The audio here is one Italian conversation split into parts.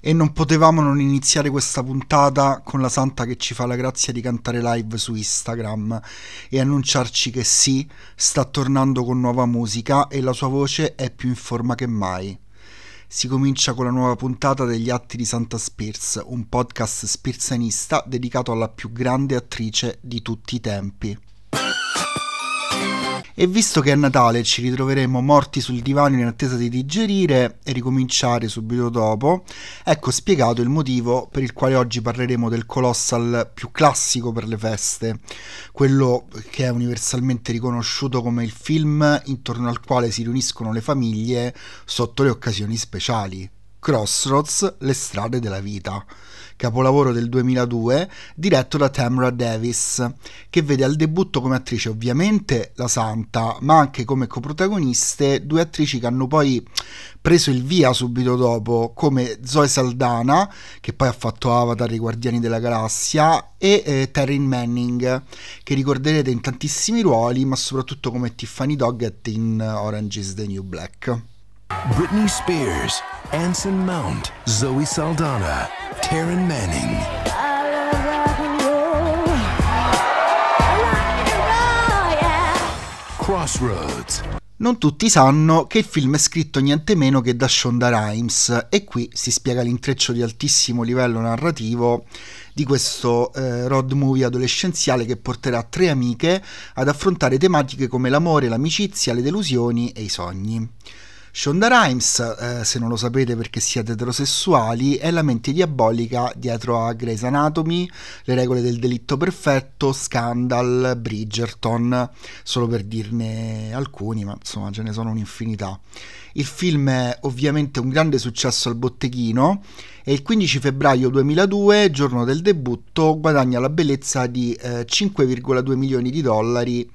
E non potevamo non iniziare questa puntata con la Santa che ci fa la grazia di cantare live su Instagram e annunciarci che sì, sta tornando con nuova musica e la sua voce è più in forma che mai. Si comincia con la nuova puntata degli Atti di Santa Spears, un podcast spirsanista dedicato alla più grande attrice di tutti i tempi. E visto che è Natale ci ritroveremo morti sul divano in attesa di digerire e ricominciare subito dopo, ecco spiegato il motivo per il quale oggi parleremo del colossal più classico per le feste, quello che è universalmente riconosciuto come il film intorno al quale si riuniscono le famiglie sotto le occasioni speciali. Crossroads, le strade della vita, capolavoro del 2002 diretto da Tamra Davis, che vede al debutto come attrice ovviamente la Santa, ma anche come coprotagoniste due attrici che hanno poi preso il via subito dopo, come Zoe Saldana, che poi ha fatto Avatar, i Guardiani della Galassia, e Taryn Manning, che ricorderete in tantissimi ruoli, ma soprattutto come Tiffany Doggett in Orange is the New Black. Britney Spears, Anson Mount, Zoe Saldana, Taryn Manning. Crossroads. Non tutti sanno che il film è scritto niente meno che da Shonda Rhimes e qui si spiega l'intreccio di altissimo livello narrativo di questo road movie adolescenziale che porterà tre amiche ad affrontare tematiche come l'amore, l'amicizia, le delusioni e i sogni. Shonda Rhimes, se non lo sapete perché siete eterosessuali, è la mente diabolica dietro a Grey's Anatomy, Le regole del delitto perfetto, Scandal, Bridgerton, solo per dirne alcuni, ma insomma ce ne sono un'infinità. Il film è ovviamente un grande successo al botteghino e il 15 febbraio 2002, giorno del debutto, guadagna la bellezza di 5,2 milioni di dollari,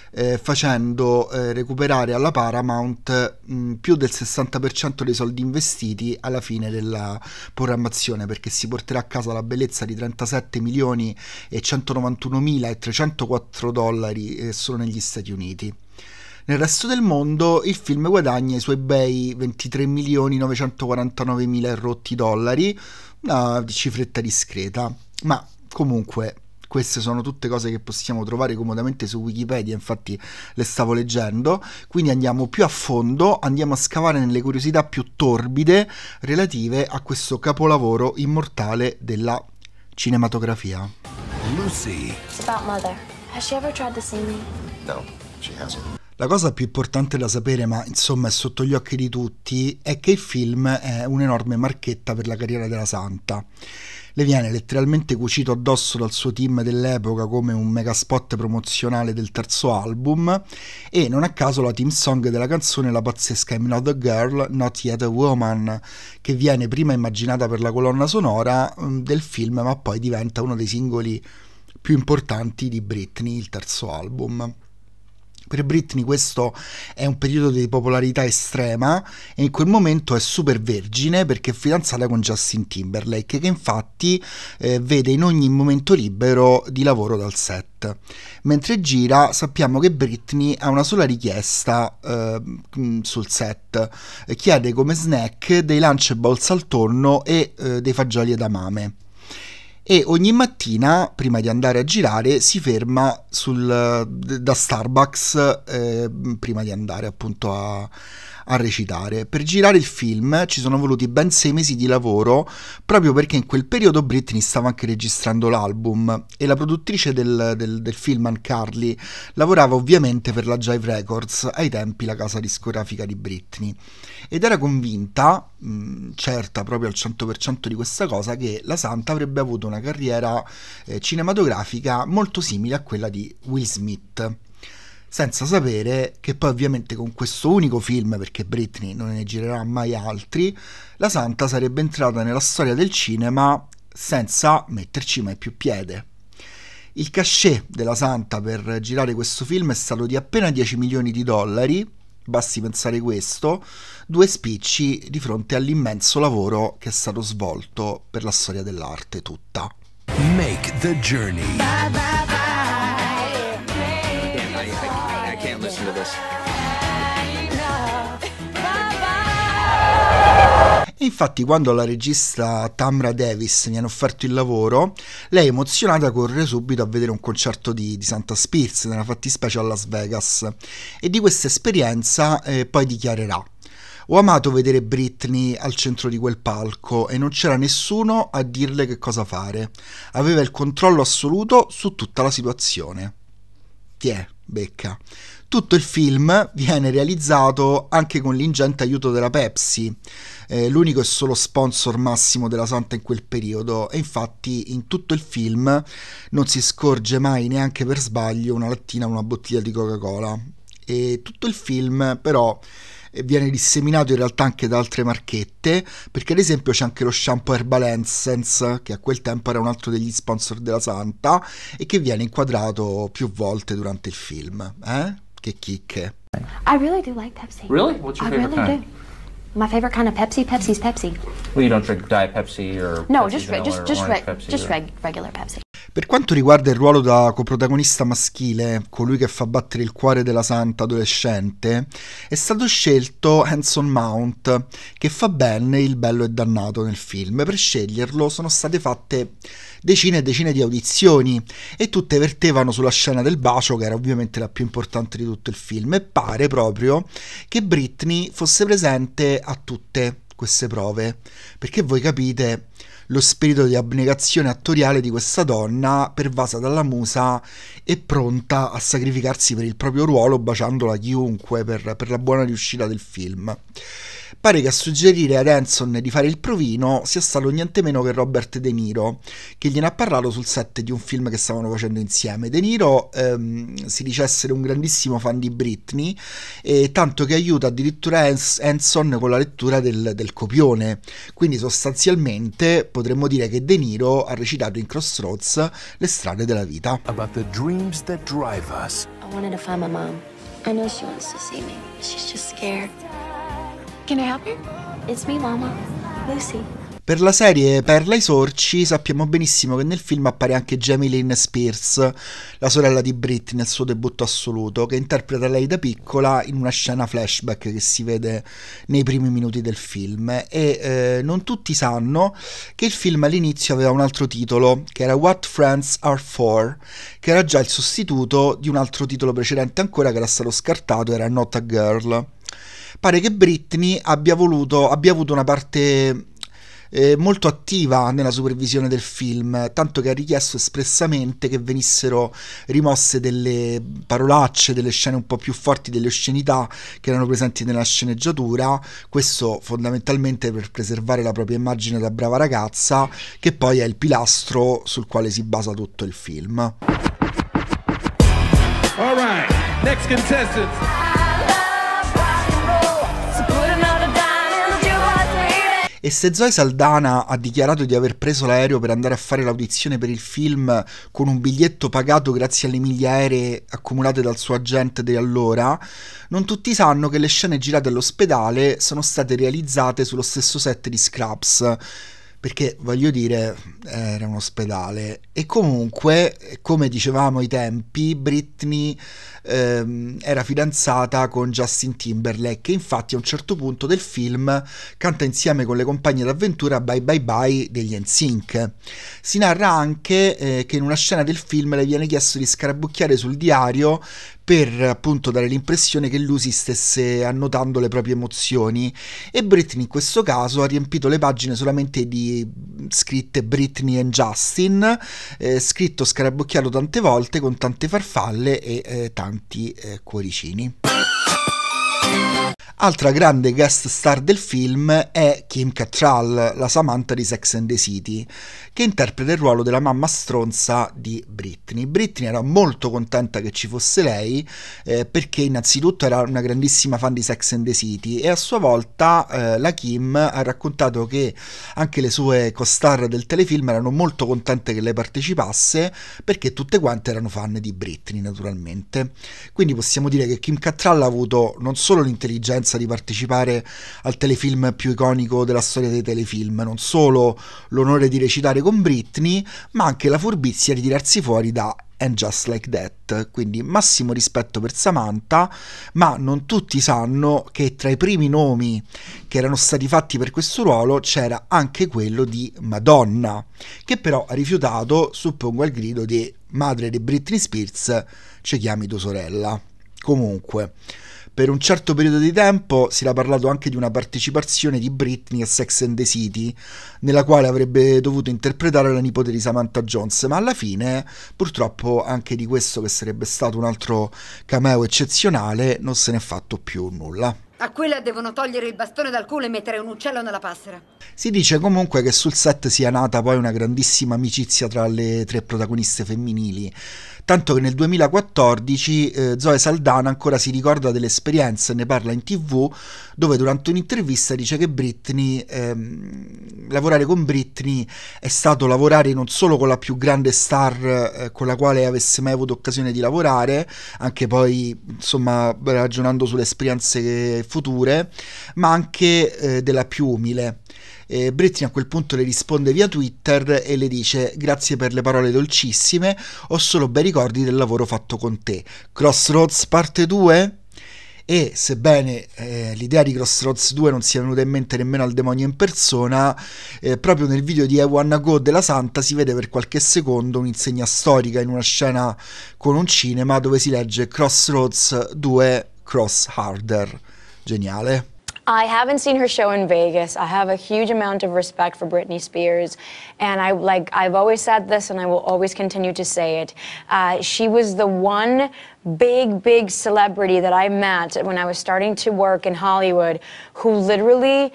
facendo recuperare alla Paramount più del 60% dei soldi investiti alla fine della programmazione, perché si porterà a casa la bellezza di 37 milioni e 191 mila e 304 dollari solo negli Stati Uniti. Nel resto del mondo il film guadagna i suoi bei 23 milioni 949 mila e rotti dollari, una cifretta discreta, ma comunque queste sono tutte cose che possiamo trovare comodamente su Wikipedia, infatti le stavo leggendo, quindi andiamo più a fondo, andiamo a scavare nelle curiosità più torbide relative a questo capolavoro immortale della cinematografia. Lucy. It's about Mother. Has she ever tried to see me? No, she hasn't. La cosa più importante da sapere, ma insomma è sotto gli occhi di tutti, è che il film è un'enorme marchetta per la carriera della Santa. Le viene letteralmente cucito addosso dal suo team dell'epoca come un megaspot promozionale del terzo album e non a caso la team song della canzone è la pazzesca I'm Not a Girl, Not Yet a Woman, che viene prima immaginata per la colonna sonora del film ma poi diventa uno dei singoli più importanti di Britney, il terzo album. Per Britney questo è un periodo di popolarità estrema e in quel momento è super vergine perché è fidanzata con Justin Timberlake, che infatti vede in ogni momento libero di lavoro dal set. Mentre gira sappiamo che Britney ha una sola richiesta sul set, chiede come snack dei Lunchables al tonno e dei fagioli edamame. E ogni mattina, prima di andare a girare, si ferma da Starbucks prima di andare appunto a recitare. Per girare il film ci sono voluti ben 6 mesi di lavoro, proprio perché in quel periodo Britney stava anche registrando l'album e la produttrice del film, Ann Carly, lavorava ovviamente per la Jive Records, ai tempi la casa discografica di Britney, ed era convinta, certa proprio al 100% di questa cosa, che la Santa avrebbe avuto una carriera cinematografica molto simile a quella di Will Smith, senza sapere che poi ovviamente con questo unico film, perché Britney non ne girerà mai altri, la Santa sarebbe entrata nella storia del cinema senza metterci mai più piede. Il cachet della Santa per girare questo film è stato di appena 10 milioni di dollari, basti pensare questo, 2 spicci di fronte all'immenso lavoro che è stato svolto per la storia dell'arte tutta. Make the journey. I can't listen to this. E infatti quando alla regista Tamra Davis viene offerto il lavoro, lei emozionata corre subito a vedere un concerto di Santa Spears, nella fattispecie a Las Vegas, e di questa esperienza poi dichiarerà: ho amato vedere Britney al centro di quel palco e non c'era nessuno a dirle che cosa fare, aveva il controllo assoluto su tutta la situazione. Tiè, becca. Tutto il film viene realizzato anche con l'ingente aiuto della Pepsi, l'unico e solo sponsor massimo della Santa in quel periodo, e infatti in tutto il film non si scorge mai neanche per sbaglio una lattina o una bottiglia di Coca-Cola. E tutto il film però viene disseminato in realtà anche da altre marchette, perché ad esempio c'è anche lo shampoo Herbal Essence, che a quel tempo era un altro degli sponsor della Santa e che viene inquadrato più volte durante il film. Che chicche. I really do like Pepsi. Really? What's your favorite kind? Do. My favorite kind of Pepsi? Pepsi's Pepsi. Well, you don't drink Diet Pepsi or No, Pepsi Vanilla or Orange Pepsi, or... regular Pepsi. Per quanto riguarda il ruolo da coprotagonista maschile, colui che fa battere il cuore della Santa adolescente, è stato scelto Anson Mount, che fa Ben il bello e dannato nel film. Per sceglierlo sono state fatte decine e decine di audizioni e tutte vertevano sulla scena del bacio, che era ovviamente la più importante di tutto il film, e pare proprio che Britney fosse presente a tutte queste prove, perché voi capite lo spirito di abnegazione attoriale di questa donna, pervasa dalla musa e pronta a sacrificarsi per il proprio ruolo, baciandola chiunque per la buona riuscita del film. Pare che a suggerire ad Henson di fare il provino sia stato niente meno che Robert De Niro, che gliene ha parlato sul set di un film che stavano facendo insieme. De Niro si dice essere un grandissimo fan di Britney, tanto che aiuta addirittura Henson con la lettura del copione, quindi sostanzialmente potremmo dire che De Niro ha recitato in Crossroads Le strade della vita. About the dreams that drive us. I wanted to find my mom. I know she wants to see me. She's just scared. Can I help you? It's me, Mama. Lucy. Per la serie Perla ai sorci sappiamo benissimo che nel film appare anche Jamie Lynn Spears, la sorella di Britney nel suo debutto assoluto, che interpreta lei da piccola in una scena flashback che si vede nei primi minuti del film. E non tutti sanno che il film all'inizio aveva un altro titolo, che era What Friends Are For, che era già il sostituto di un altro titolo precedente ancora che era stato scartato, era Not a Girl. Pare che Britney abbia avuto una parte molto attiva nella supervisione del film, tanto che ha richiesto espressamente che venissero rimosse delle parolacce, delle scene un po' più forti, delle oscenità che erano presenti nella sceneggiatura, questo fondamentalmente per preservare la propria immagine da brava ragazza, che poi è il pilastro sul quale si basa tutto il film. All right, next contestant. E se Zoe Saldana ha dichiarato di aver preso l'aereo per andare a fare l'audizione per il film con un biglietto pagato grazie alle miglia aeree accumulate dal suo agente di allora, non tutti sanno che le scene girate all'ospedale sono state realizzate sullo stesso set di Scraps, perché voglio dire era un ospedale. E comunque, come dicevamo ai tempi, Britney era fidanzata con Justin Timberlake, e infatti a un certo punto del film canta insieme con le compagne d'avventura Bye Bye Bye degli NSYNC. Si narra anche che in una scena del film le viene chiesto di scarabocchiare sul diario per appunto dare l'impressione che Lucy stesse annotando le proprie emozioni, e Britney in questo caso ha riempito le pagine solamente di scritte Britney and Justin, scritto scarabocchiato tante volte con tante farfalle e tanti cuoricini. Altra grande guest star del film è Kim Cattrall, la Samantha di Sex and the City, che interpreta il ruolo della mamma stronza di Britney. Britney era molto contenta che ci fosse lei, perché innanzitutto era una grandissima fan di Sex and the City, e a sua volta la Kim ha raccontato che anche le sue co-star del telefilm erano molto contente che lei partecipasse, perché tutte quante erano fan di Britney naturalmente. Quindi possiamo dire che Kim Cattrall ha avuto non solo l'intelligenza di partecipare al telefilm più iconico della storia dei telefilm, non solo l'onore di recitare con Britney, ma anche la furbizia di tirarsi fuori da and Just Like That. Quindi massimo rispetto per Samantha, ma non tutti sanno che tra i primi nomi che erano stati fatti per questo ruolo c'era anche quello di Madonna, che però ha rifiutato, suppongo al grido di madre di Britney Spears, ci chiami tua sorella. Comunque, per un certo periodo di tempo si era parlato anche di una partecipazione di Britney a Sex and the City, nella quale avrebbe dovuto interpretare la nipote di Samantha Jones, ma alla fine, purtroppo, anche di questo, che sarebbe stato un altro cameo eccezionale, non se n'è fatto più nulla. A quella devono togliere il bastone dal culo e mettere un uccello nella passera. Si dice comunque che sul set sia nata poi una grandissima amicizia tra le tre protagoniste femminili, tanto che nel 2014 Zoe Saldana ancora si ricorda dell'esperienza e ne parla in TV, dove durante un'intervista dice che Britney, lavorare con Britney è stato lavorare non solo con la più grande star con la quale avesse mai avuto occasione di lavorare, anche poi insomma ragionando sulle esperienze future, ma anche della più umile. Britney a quel punto le risponde via Twitter e le dice: grazie per le parole dolcissime, ho solo bei ricordi del lavoro fatto con te. Crossroads parte 2? E sebbene l'idea di Crossroads 2 non sia venuta in mente nemmeno al demonio in persona, proprio nel video di I Wanna Go della Santa si vede per qualche secondo un'insegna storica in una scena con un cinema dove si legge Crossroads 2 Cross Harder. Geniale. I haven't seen her show in Vegas. I have a huge amount of respect for Britney Spears, and I've always said this, and I will always continue to say it. She was the one big celebrity that I met when I was starting to work in Hollywood, who literally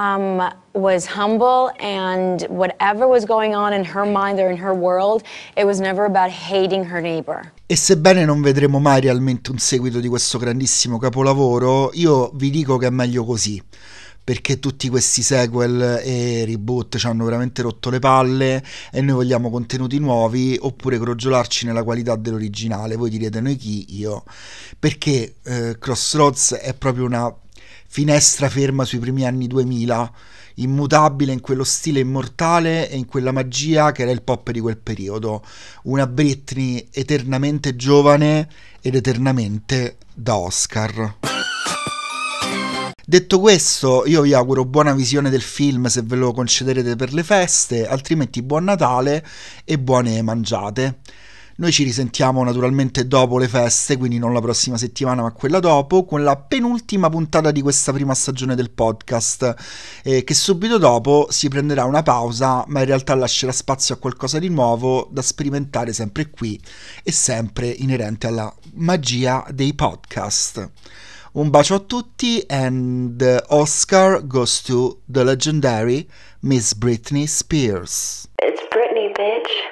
was humble, and whatever was going on in her mind or in her world, it was never about hating her neighbor. E sebbene non vedremo mai realmente un seguito di questo grandissimo capolavoro, io vi dico che è meglio così, perché tutti questi sequel e reboot ci hanno veramente rotto le palle e noi vogliamo contenuti nuovi, oppure crogiolarci nella qualità dell'originale. Voi direte: noi chi? Io. Perché Crossroads è proprio una finestra ferma sui primi anni 2000, immutabile in quello stile immortale e in quella magia che era il pop di quel periodo. Una Britney eternamente giovane ed eternamente da Oscar. Detto questo, io vi auguro buona visione del film se ve lo concederete per le feste, altrimenti buon Natale e buone mangiate. Noi ci risentiamo naturalmente dopo le feste, quindi non la prossima settimana ma quella dopo, con la penultima puntata di questa prima stagione del podcast, che subito dopo si prenderà una pausa, ma in realtà lascerà spazio a qualcosa di nuovo da sperimentare sempre qui e sempre inerente alla magia dei podcast. Un bacio a tutti, and the Oscar goes to the legendary Miss Britney Spears. It's Britney, bitch.